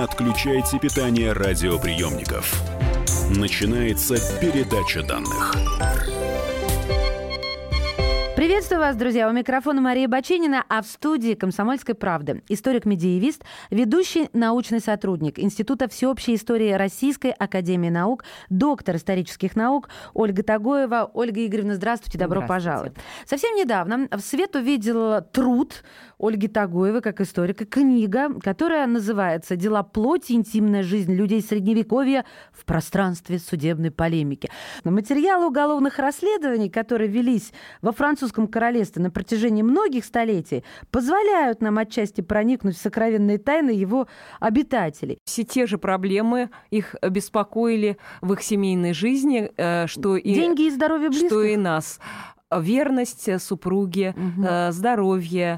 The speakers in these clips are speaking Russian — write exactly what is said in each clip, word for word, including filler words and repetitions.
отключайте питание радиоприемников. Начинается передача данных. Приветствую вас, друзья. У микрофона Мария Баченина, а в студии «Комсомольской правды» историк-медиевист, ведущий научный сотрудник Института всеобщей истории Российской академии наук, доктор исторических наук Ольга Тагоева. Ольга Игоревна, здравствуйте, добро Здравствуйте. пожаловать. Совсем недавно в свет увидел труд Ольги Тагоевой, как историка, книга, которая называется «Дела плоти. Интимная жизнь людей Средневековья в пространстве судебной полемики». Материалы уголовных расследований, которые велись во французском королевстве на протяжении многих столетий, позволяют нам отчасти проникнуть в сокровенные тайны его обитателей. Все те же проблемы их беспокоили в их семейной жизни, что и, деньги и здоровье близких. Что и нас. Верность супруге, угу. здоровье,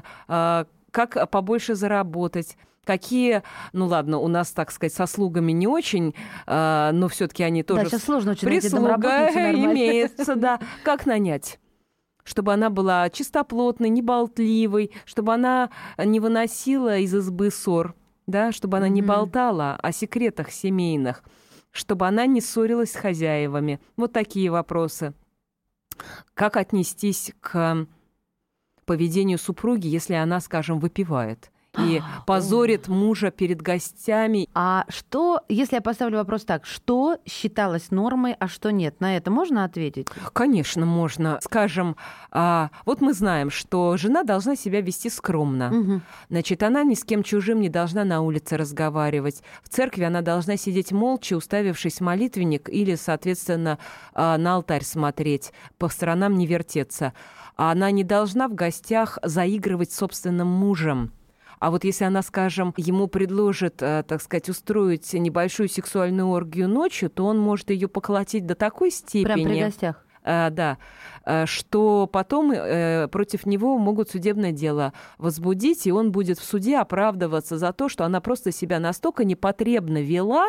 как побольше заработать. Какие, ну ладно, у нас, так сказать, со слугами не очень, но все-таки они тоже... Да, сейчас сложно очень найти прислуга домработницу нормально. Имеется, да. Как нанять? Чтобы она была чистоплотной, неболтливой, чтобы она не выносила из избы ссор, да, чтобы она mm-hmm. не болтала о секретах семейных, чтобы она не ссорилась с хозяевами. Вот такие вопросы. Как отнестись к поведению супруги, если она, скажем, выпивает и позорит мужа перед гостями? А что, если я поставлю вопрос так, что считалось нормой, а что нет? На это можно ответить? Конечно, можно. Скажем, вот мы знаем, что жена должна себя вести скромно. Угу. Значит, она ни с кем чужим не должна на улице разговаривать. В церкви она должна сидеть молча, уставившись в молитвенник или, соответственно, на алтарь смотреть, по сторонам не вертеться. А она не должна в гостях заигрывать с собственным мужем. А вот если она, скажем, ему предложит, так сказать, устроить небольшую сексуальную оргию ночью, то он может ее поколотить до такой степени... Прямо при гостях? Да, что потом против него могут судебное дело возбудить, и он будет в суде оправдываться за то, что она просто себя настолько непотребно вела,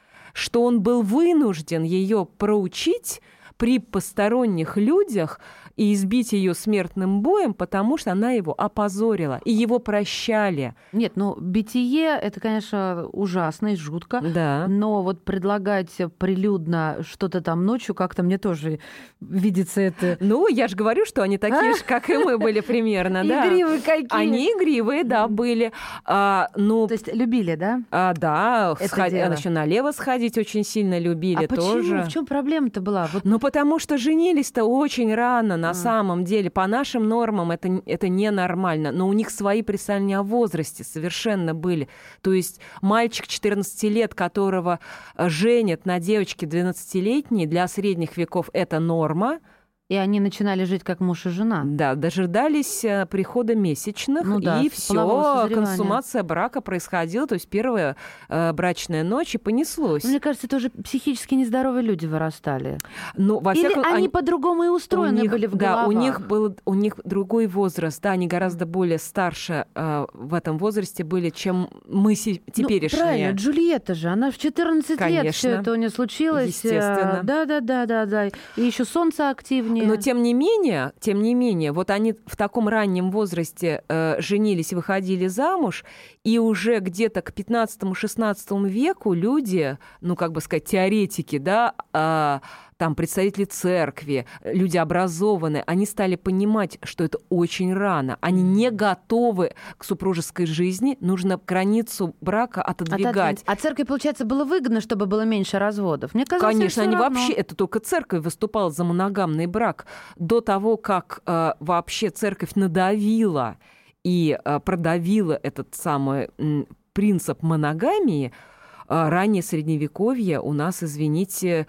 что он был вынужден ее проучить при посторонних людях и избить ее смертным боем, потому что она его опозорила, и его прощали. Нет, ну, битие — это, конечно, ужасно и жутко, да. Но вот предлагать прилюдно что-то там ночью, как-то мне тоже видится это... Ну, я же говорю, что они такие же, как и мы были примерно, да. Игривые какие. Они игривые, да, были. А, ну, то есть любили, да? А, да, сходи, еще налево сходить очень сильно любили а почему? Тоже. В чем проблема-то была? Вот... Ну, потому что женились-то очень рано, на а. самом деле. По нашим нормам это, это ненормально. Но у них свои представления о возрасте совершенно были. То есть мальчик четырнадцати лет, которого женят на девочке двенадцатилетней, для средних веков это норма. И они начинали жить как муж и жена. Да, дожидались прихода месячных, ну да, и все, консумация брака происходила, то есть первая э, брачная ночь, и понеслось. Мне кажется, это уже психически нездоровые люди вырастали. Ну, во Или всяком... они, они они по-другому и устроены них, были в да, головах. у них был у них другой возраст, да, они гораздо более старше э, в этом возрасте были, чем мы си- теперешние. Ну, правильно, Джульетта же, она в четырнадцать лет все это у нее случилось. Естественно. Да, да, да, да, да. И еще солнце активнее. Но тем не менее, тем не менее, вот они в таком раннем возрасте э, женились и выходили замуж, и уже где-то к пятнадцатому-шестнадцатому веку люди, ну, как бы сказать, теоретики, да, э, там представители церкви, люди образованные, они стали понимать, что это очень рано. Они не готовы к супружеской жизни, нужно границу брака отодвигать. А церкви, получается, было выгодно, чтобы было меньше разводов? Мне казалось, конечно, они равно. вообще, это только церковь выступала за моногамный брак. До того, как э, вообще церковь надавила и э, продавила этот самый м, принцип моногамии, раннее Средневековье у нас, извините,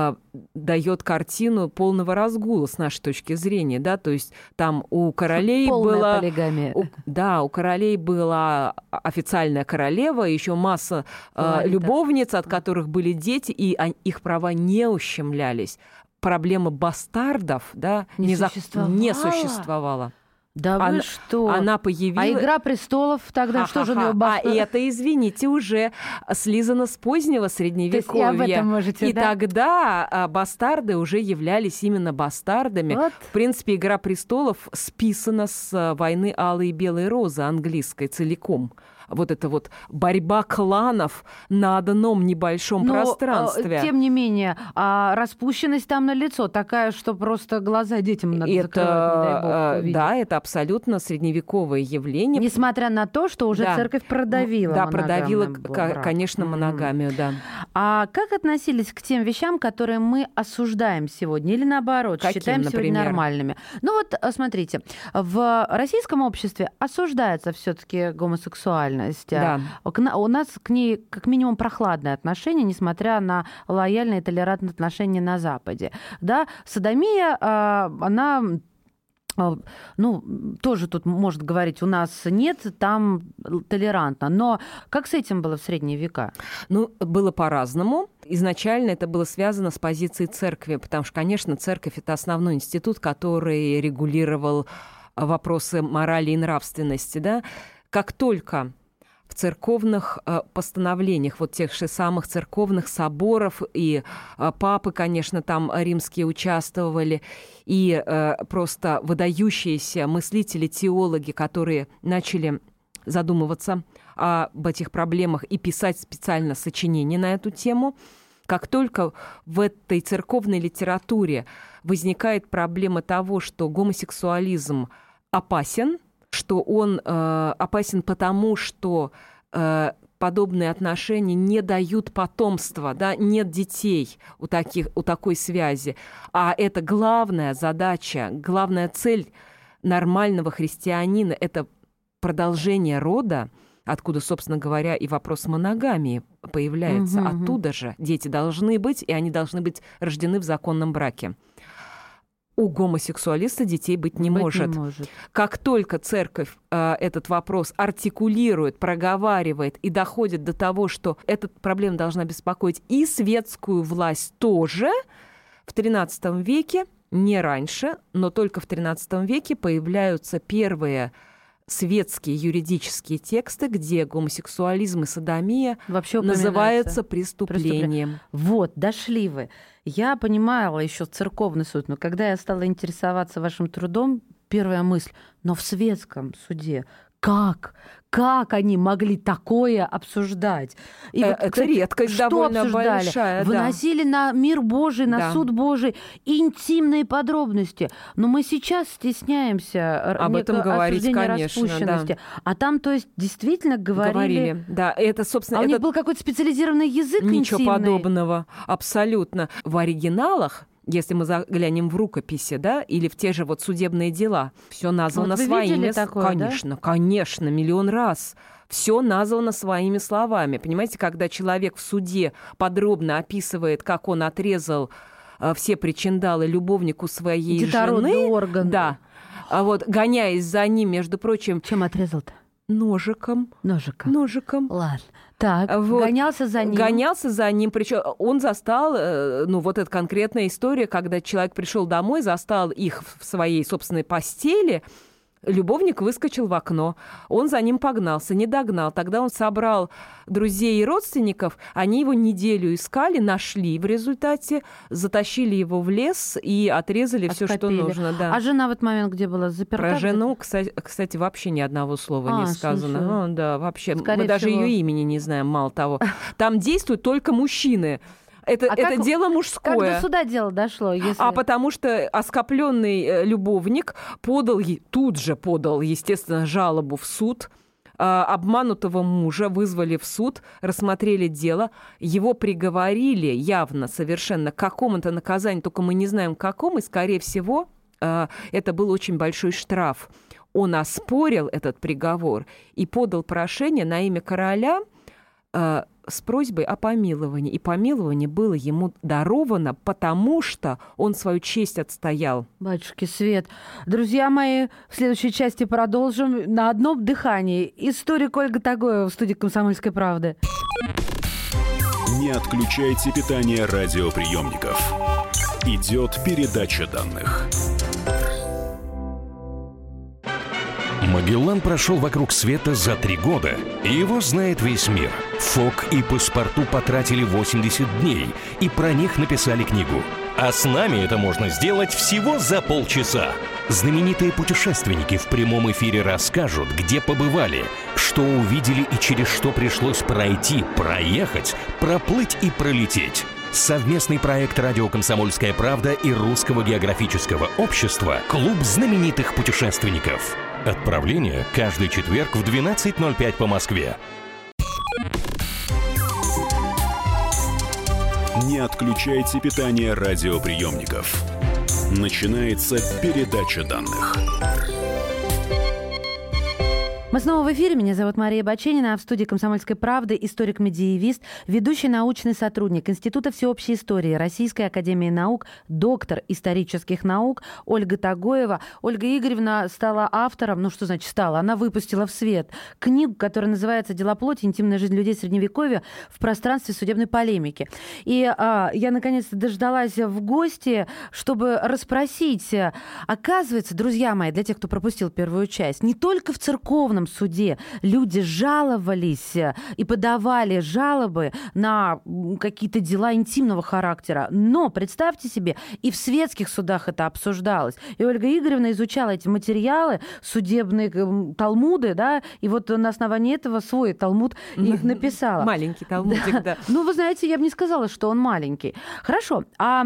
дает картину полного разгула с нашей точки зрения, да, то есть там у королей была... полигамия. У, да, у королей была официальная королева, еще масса э, любовниц, от которых были дети, и их права не ущемлялись. Проблема бастардов, да, не, не, существовала. За... не существовала. Да она, вы что? Она появилась... А «Игра престолов» тогда Ха-ха-ха. Что же у него бастард? А это, извините, уже слизано с позднего Средневековья. То есть и об этом можете, и да? тогда бастарды уже являлись именно бастардами. Вот. В принципе, «Игра престолов» списана с «Войны алой и белой розы» английской целиком. вот эта вот борьба кланов на одном небольшом Но, пространстве. Тем не менее, а распущенность там налицо, такая, что просто глаза детям надо это, закрывать, не дай бог, увидеть. Да, это абсолютно средневековое явление. Несмотря на то, что уже да. церковь продавила Да, продавила, брак. конечно, моногамию, mm-hmm. да. А как относились к тем вещам, которые мы осуждаем сегодня? Или наоборот, Каким, считаем например? сегодня нормальными? Ну вот, смотрите, в российском обществе осуждается все-таки гомосексуальность. Да. У нас к ней как минимум прохладное отношение, несмотря на лояльное и толерантное отношение на Западе. Да? Содомия, она... Ну, тоже тут может говорить, у нас нет, там толерантно. Но как с этим было в средние века? Ну, было по-разному. Изначально это было связано с позицией церкви, потому что, конечно, церковь — это основной институт, который регулировал вопросы морали и нравственности. Да? Как только в церковных постановлениях, вот тех же самых церковных соборов, и папы, конечно, там римские участвовали, и просто выдающиеся мыслители, теологи, которые начали задумываться об этих проблемах и писать специально сочинения на эту тему, как только в этой церковной литературе возникает проблема того, что гомосексуализм опасен, что он э, опасен потому, что э, подобные отношения не дают потомства, да, нет детей у, таких, у такой связи. А это главная задача, главная цель нормального христианина – это продолжение рода, откуда, собственно говоря, и вопрос моногамии появляется. Угу, Оттуда же дети должны быть, и они должны быть рождены в законном браке. У гомосексуалиста детей быть не, быть может. не может. Как только церковь э, этот вопрос артикулирует, проговаривает и доходит до того, что эта проблема должна беспокоить и светскую власть тоже, в тринадцатом веке, не раньше, но только в тринадцатом веке появляются первые светские юридические тексты, где гомосексуализм и содомия вообще называются преступлением. Вот, дошли вы. Я понимала еще церковный суд, но когда я стала интересоваться вашим трудом, первая мысль, но в светском суде как? Как они могли такое обсуждать? И вот, это кстати, редкость что довольно обсуждали? большая. Выносили да. на мир Божий, на да. суд Божий интимные подробности. Но мы сейчас стесняемся об этом говорить, конечно. Распущенности. Да. А там, то есть, действительно говорили... Говорили, да. Это, собственно, а это... у них был какой-то специализированный язык Ничего интимный? подобного. Абсолютно. В оригиналах, если мы заглянем в рукописи, да, или в те же вот судебные дела, все названо вот вы своими... Такое, конечно, да? конечно, миллион раз. Все названо своими словами. Понимаете, когда человек в суде подробно описывает, как он отрезал э, все причиндалы любовнику своей Детородный жены, орган. Да, а вот гоняясь за ним, между прочим... Чем отрезал-то? Ножиком. Ножиком. Ножиком. Ладно. Так, вот. гонялся за ним. Гонялся за ним. Причем он застал, ну, вот эта конкретная история, когда человек пришел домой, застал их в своей собственной постели. Любовник выскочил в окно. Он за ним погнался, не догнал. Тогда он собрал друзей и родственников. Они его неделю искали, нашли в результате, затащили его в лес и отрезали все, что нужно. Да. А жена в этот момент где была? Заперта? Про жену, кстати, кстати, вообще ни одного слова а, не сказано. Ну, да, вообще. Скорее Мы даже всего. ее имени не знаем, мало того. Там действуют только мужчины. Это, а это как, дело мужское. Как до суда дело дошло? Если... А потому что оскопленный любовник подал, тут же подал, естественно, жалобу в суд. Обманутого мужа вызвали в суд, рассмотрели дело. Его приговорили явно, совершенно к какому-то наказанию, только мы не знаем к какому, и, скорее всего, это был очень большой штраф. Он оспорил этот приговор и подал прошение на имя короля с просьбой о помиловании. И помилование было ему даровано, потому что он свою честь отстоял. Батюшки Свет. Друзья мои, в следующей части продолжим на одном дыхании. Историк Ольга Тагоева в студии «Комсомольской правды». Не отключайте питание радиоприемников. Идет передача данных. Магеллан прошел вокруг света за три года, и его знает весь мир. Фок и Паспарту потратили восемьдесят дней, и про них написали книгу. А с нами это можно сделать всего за полчаса. Знаменитые путешественники в прямом эфире расскажут, где побывали, Что увидели и через что пришлось пройти, проехать, проплыть и пролететь. Совместный проект «Радио Комсомольская правда» и Русского географического общества «Клуб знаменитых путешественников». Отправление каждый четверг в двенадцать ноль пять по Москве. Не отключайте питание радиоприемников. Начинается передача данных. Мы снова в эфире. Меня зовут Мария Баченина, а в студии «Комсомольской правды» историк-медиевист, ведущий научный сотрудник Института всеобщей истории Российской академии наук, доктор исторических наук Ольга Тагоева. Ольга Игоревна стала автором, ну что значит стала, она выпустила в свет книгу, которая называется «Дела плоти. Интимная жизнь людей Средневековья в пространстве судебной полемики». И а, я наконец-то дождалась в гости, чтобы расспросить. Оказывается, друзья мои, для тех, кто пропустил первую часть, не только в церковном суде люди жаловались и подавали жалобы на какие-то дела интимного характера. Но, представьте себе, и в светских судах это обсуждалось. И Ольга Игоревна изучала эти материалы, судебные талмуды, да, и вот на основании этого свой талмуд их написала. Маленький талмудик, да. Ну, вы знаете, я бы не сказала, что он маленький. Хорошо, а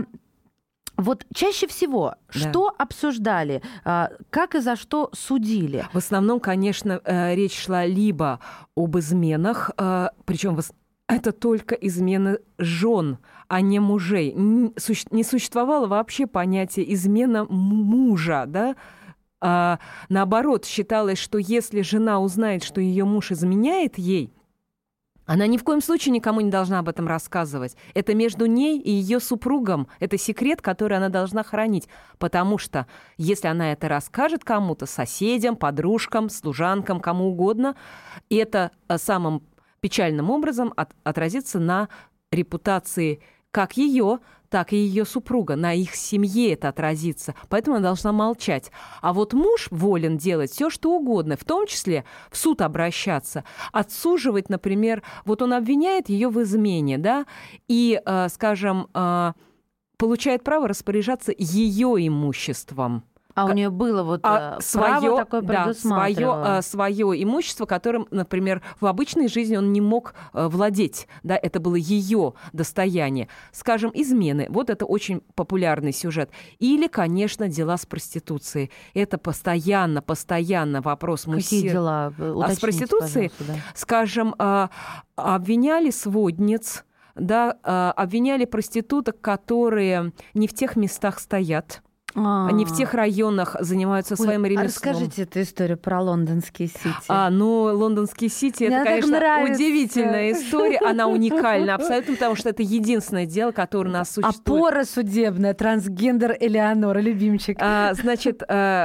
вот чаще всего, да. Что обсуждали, как и за что судили? В основном, конечно, речь шла либо об изменах, причем это только измены жен, а не мужей. Не существовало вообще понятия измена мужа, да? А, наоборот, считалось, что если жена узнает, что ее муж изменяет ей, она ни в коем случае никому не должна об этом рассказывать. Это между ней и ее супругом. Это секрет, который она должна хранить. Потому что если она это расскажет кому-то, соседям, подружкам, служанкам, кому угодно, это самым печальным образом от, отразится на репутации как ее, так и ее супруга. На их семье это отразится. Поэтому она должна молчать. А вот муж волен делать все, что угодно, в том числе в суд обращаться, отсуживать, например, вот он обвиняет ее в измене, да, и, э, скажем, э, получает право распоряжаться ее имуществом. А у нее было вот а право свое, такое предусматривало. Да, свое, свое имущество, которым, например, в обычной жизни он не мог владеть. Да, это было ее достояние. Скажем, измены. Вот это очень популярный сюжет. Или, конечно, дела с проституцией. Это постоянно, постоянно вопрос. Какие муссир... дела? Уточните, а с проституцией, да. Скажем, обвиняли сводниц, да, обвиняли проституток, которые не в тех местах стоят. А-а-а. Они в тех районах занимаются Ой, своим ремеслом. А расскажите эту историю про лондонские сити. А, ну, лондонские сити, это, конечно, удивительная история. Она уникальна абсолютно, потому что это единственное дело, которое у нас существует. Опора судебная, трансгендер Элеонора, любимчик. А, значит,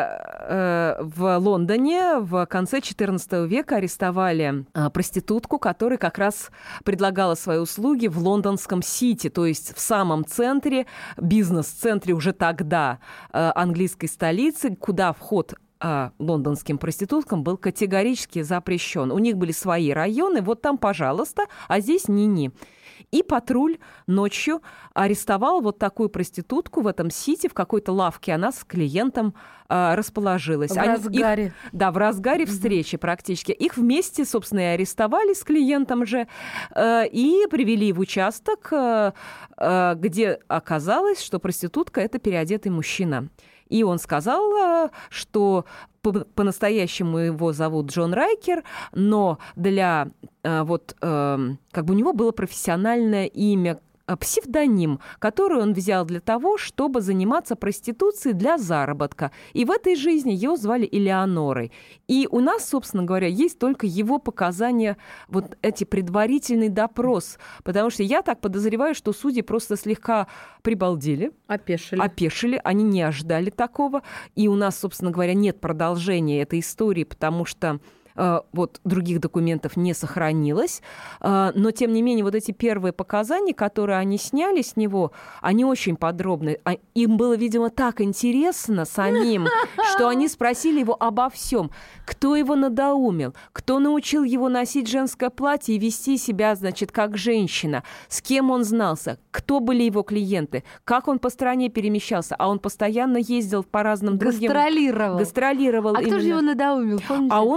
в Лондоне в конце четырнадцатого века арестовали проститутку, которая как раз предлагала свои услуги в лондонском сити, то есть в самом центре, бизнес-центре уже тогда английской столицы, куда вход а, лондонским проституткам был категорически запрещен. У них были свои районы, вот там, пожалуйста, а здесь ни-ни. И патруль ночью арестовал вот такую проститутку в этом сити, в какой-то лавке. Она с клиентом а, расположилась. В Они, разгаре. Их, да, в разгаре встречи практически. Их вместе, собственно, и арестовали с клиентом же а, и привели в участок, а, а, где оказалось, что проститутка – это переодетый мужчина. И он сказал, что по-настоящему его зовут Джон Райкер, но для вот как бы у него было профессиональное имя, псевдоним, который он взял для того, чтобы заниматься проституцией для заработка. И в этой жизни его звали Элеонорой. И у нас, собственно говоря, есть только его показания, вот эти предварительный допрос. Потому что я так подозреваю, что судьи просто слегка прибалдели. Опешили. Опешили. Они не ожидали такого. И у нас, собственно говоря, нет продолжения этой истории, потому что вот других документов не сохранилось, но, тем не менее, вот эти первые показания, которые они сняли с него, они очень подробные. Им было, видимо, так интересно самим, что они спросили его обо всем. Кто его надоумил, кто научил его носить женское платье и вести себя, значит, как женщина, с кем он знался, кто были его клиенты, как он по стране перемещался, а он постоянно ездил по разным другим... Гастролировал. Гастролировал. А кто же его надоумил, помните? А он знался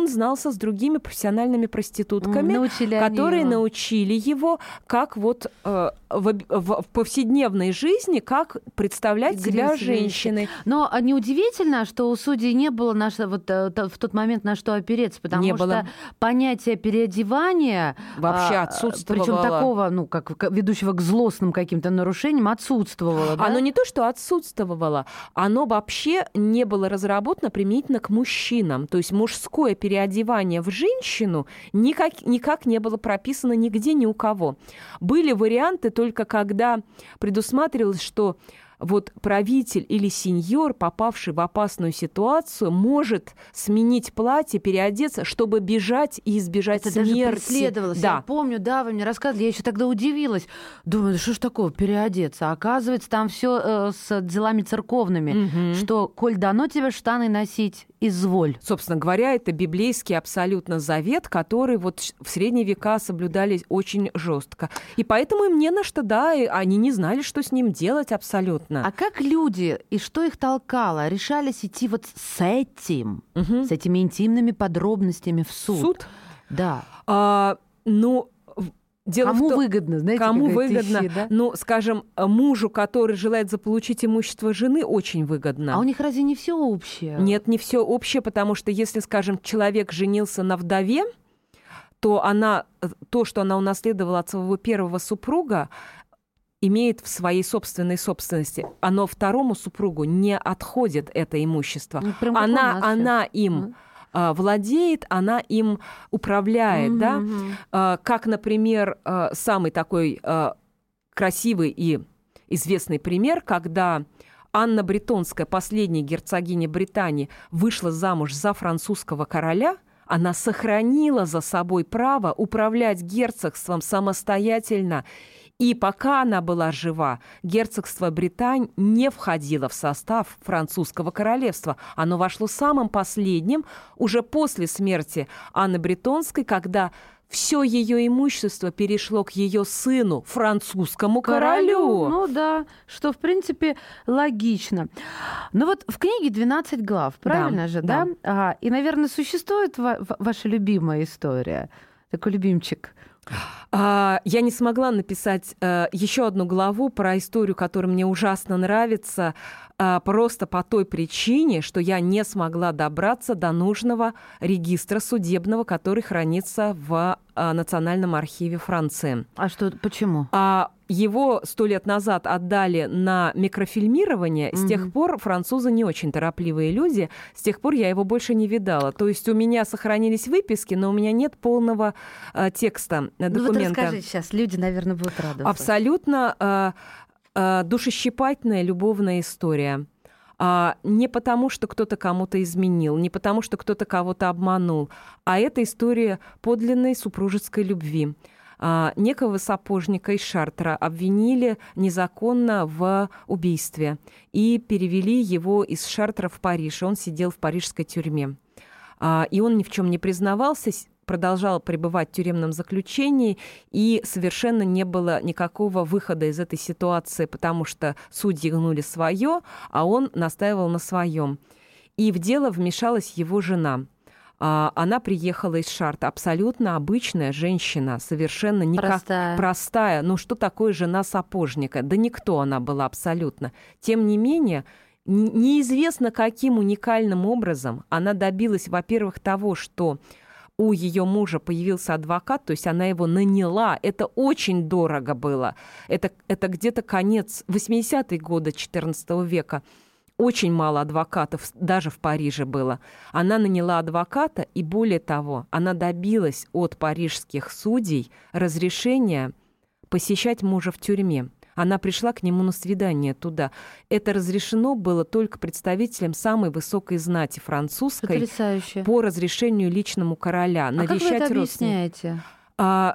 встречался с другими профессиональными проститутками, научили которые его. научили его, как вот э, в, в, в повседневной жизни, как представлять Игры себя с женщиной. Но неудивительно, что у судей не было на, вот, в тот момент на что опереться, потому Не что было. понятие переодевания Вообще а, отсутствовало. Причем такого, ну, как ведущего к злостным каким-то нарушениям, отсутствовало. Да? Оно не то, что отсутствовало, оно вообще не было разработано применительно к мужчинам. То есть мужское переодевание в женщину никак, никак не было прописано нигде, ни у кого. Были варианты только когда предусматривалось, что вот правитель или сеньор, попавший в опасную ситуацию, может сменить платье, переодеться, чтобы бежать и избежать Это смерти. даже преследовалось. Да. Я помню, да, вы мне рассказывали, я еще тогда удивилась. Думаю, что ж такое, переодеться? Оказывается, там все э, с делами церковными, Мгм. что, коль дано тебе штаны носить, изволь. Собственно говоря, это библейский абсолютно завет, который вот в средние века соблюдались очень жестко. И поэтому им не на что, да, и они не знали, что с ним делать абсолютно. А как люди, и что их толкало, решались идти вот с этим, Мгм. с этими интимными подробностями в суд? Суд? Да. А, ну, в- дело Кому в том, выгодно, знаете, кому как говорят, выгодно, ищи, да? ну, скажем, мужу, который желает заполучить имущество жены, очень выгодно. А у них разве не все общее? Нет, не все общее, потому что если, скажем, человек женился на вдове, то она, то, что она унаследовала от своего первого супруга, имеет в своей собственной собственности. Оно второму супругу не отходит, это имущество. Ну, прям как у Она, нас она щас. им Мгм. а, владеет, она им управляет, Мгм, да? мгм. А, как, например, а, самый такой а, красивый и известный пример, когда Анна Бретонская, последняя герцогиня Британии, вышла замуж за французского короля, она сохранила за собой право управлять герцогством самостоятельно. И пока она была жива, герцогство Британь не входило в состав французского королевства. Оно вошло самым последним, уже после смерти Анны Бретонской, когда все ее имущество перешло к ее сыну, французскому королю. Ну да, что, в принципе, логично. Ну вот в книге двенадцать глав, правильно Да, же, да? да. Ага. И, наверное, существует ва- ва- ваша любимая история? Такой любимчик. А, Я не смогла написать э, еще одну главу про историю, которая мне ужасно нравится, а, просто по той причине, что я не смогла добраться до нужного регистра судебного, который хранится в а, Национальном архиве Франции. А что, почему? А его сто лет назад отдали на микрофильмирование. С Мгм. тех пор французы не очень торопливые люди. С тех пор я его больше не видала. То есть у меня сохранились выписки, но у меня нет полного а, текста э, Ну вот документа. расскажите сейчас, люди, наверное, будут рады. Абсолютно а, а, душещипательная любовная история. А, не потому, что кто-то кому-то изменил, не потому, что кто-то кого-то обманул, а это история подлинной супружеской любви. А, некого сапожника из Шартра обвинили незаконно в убийстве и перевели его из Шартра в Париж, и он сидел в парижской тюрьме. А, и он ни в чем не признавался, с- продолжал пребывать в тюремном заключении, и совершенно не было никакого выхода из этой ситуации, потому что судьи гнули свое, а он настаивал на своем. И в дело вмешалась его жена. А, Она приехала из Шарта, абсолютно обычная женщина, совершенно никак... Простая. простая. Ну что такое жена сапожника? Да никто она была абсолютно. Тем не менее, н- неизвестно, каким уникальным образом она добилась, во-первых, того, что у ее мужа появился адвокат, то есть она его наняла. Это очень дорого было. Это, это где-то конец восьмидесятые годы четырнадцатого века. Очень мало адвокатов, даже в Париже было. Она наняла адвоката, и более того, она добилась от парижских судей разрешения посещать мужа в тюрьме. Она пришла к нему на свидание туда. Это разрешено было только представителям самой высокой знати французской Потрясающе. по разрешению личному короля А как вы навещать это родственников. объясняете? А,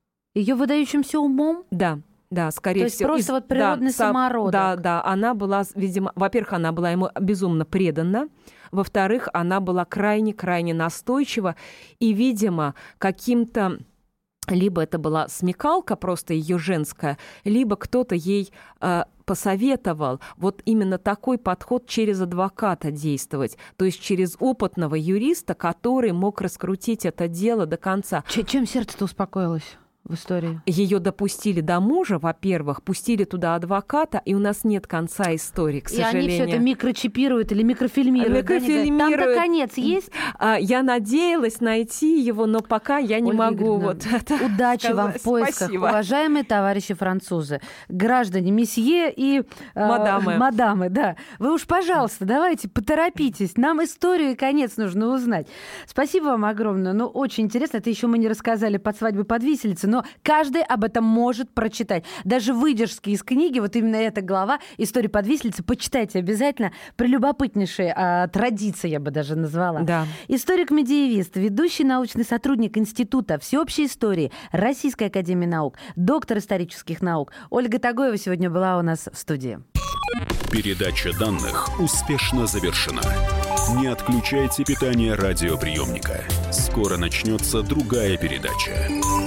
Ее выдающимся умом? да, да, скорее То есть всего. просто вот природный да, са- самородок. Да, да, она была, видимо, во-первых, она была ему безумно предана, во-вторых, она была крайне-крайне настойчива, и, видимо, каким-то либо это была смекалка просто ее женская, либо кто-то ей э, посоветовал вот именно такой подход через адвоката действовать, то есть через опытного юриста, который мог раскрутить это дело до конца. Ч- чем сердце-то успокоилось в истории? Ее допустили до мужа, во-первых, пустили туда адвоката, и у нас нет конца истории, к сожалению. И они все это микрочипируют или микрофильмируют. Микрофильмируют. Да? Там-то конец есть? Я надеялась найти его, но пока я не Ольга могу Игоревна, вот это удачи сказать. вам в поисках, Спасибо. уважаемые товарищи французы, граждане месье и э, мадамы. мадамы, да. Вы уж, пожалуйста, давайте поторопитесь. Нам историю и конец нужно узнать. Спасибо вам огромное. Ну, очень интересно. Это еще мы не рассказали под свадьбой под виселицей, но каждый об этом может прочитать. Даже выдержки из книги, вот именно эта глава «История под виселицей», почитайте обязательно. Прелюбопытнейшая а, традиция, я бы даже назвала. Да. Историк-медиевист, ведущий научный сотрудник Института всеобщей истории Российской академии наук, доктор исторических наук Ольга Тагоева сегодня была у нас в студии. Передача данных успешно завершена. Не отключайте питание радиоприемника. Скоро начнется другая передача.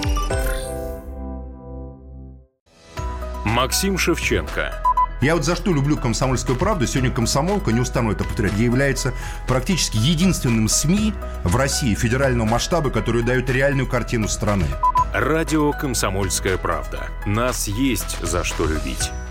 Максим Шевченко. Я вот за что люблю «Комсомольскую правду». Сегодня «Комсомолка», не устану это повторять, является практически единственным СМИ в России федерального масштаба, который дает реальную картину страны. Радио «Комсомольская правда». Нас есть за что любить.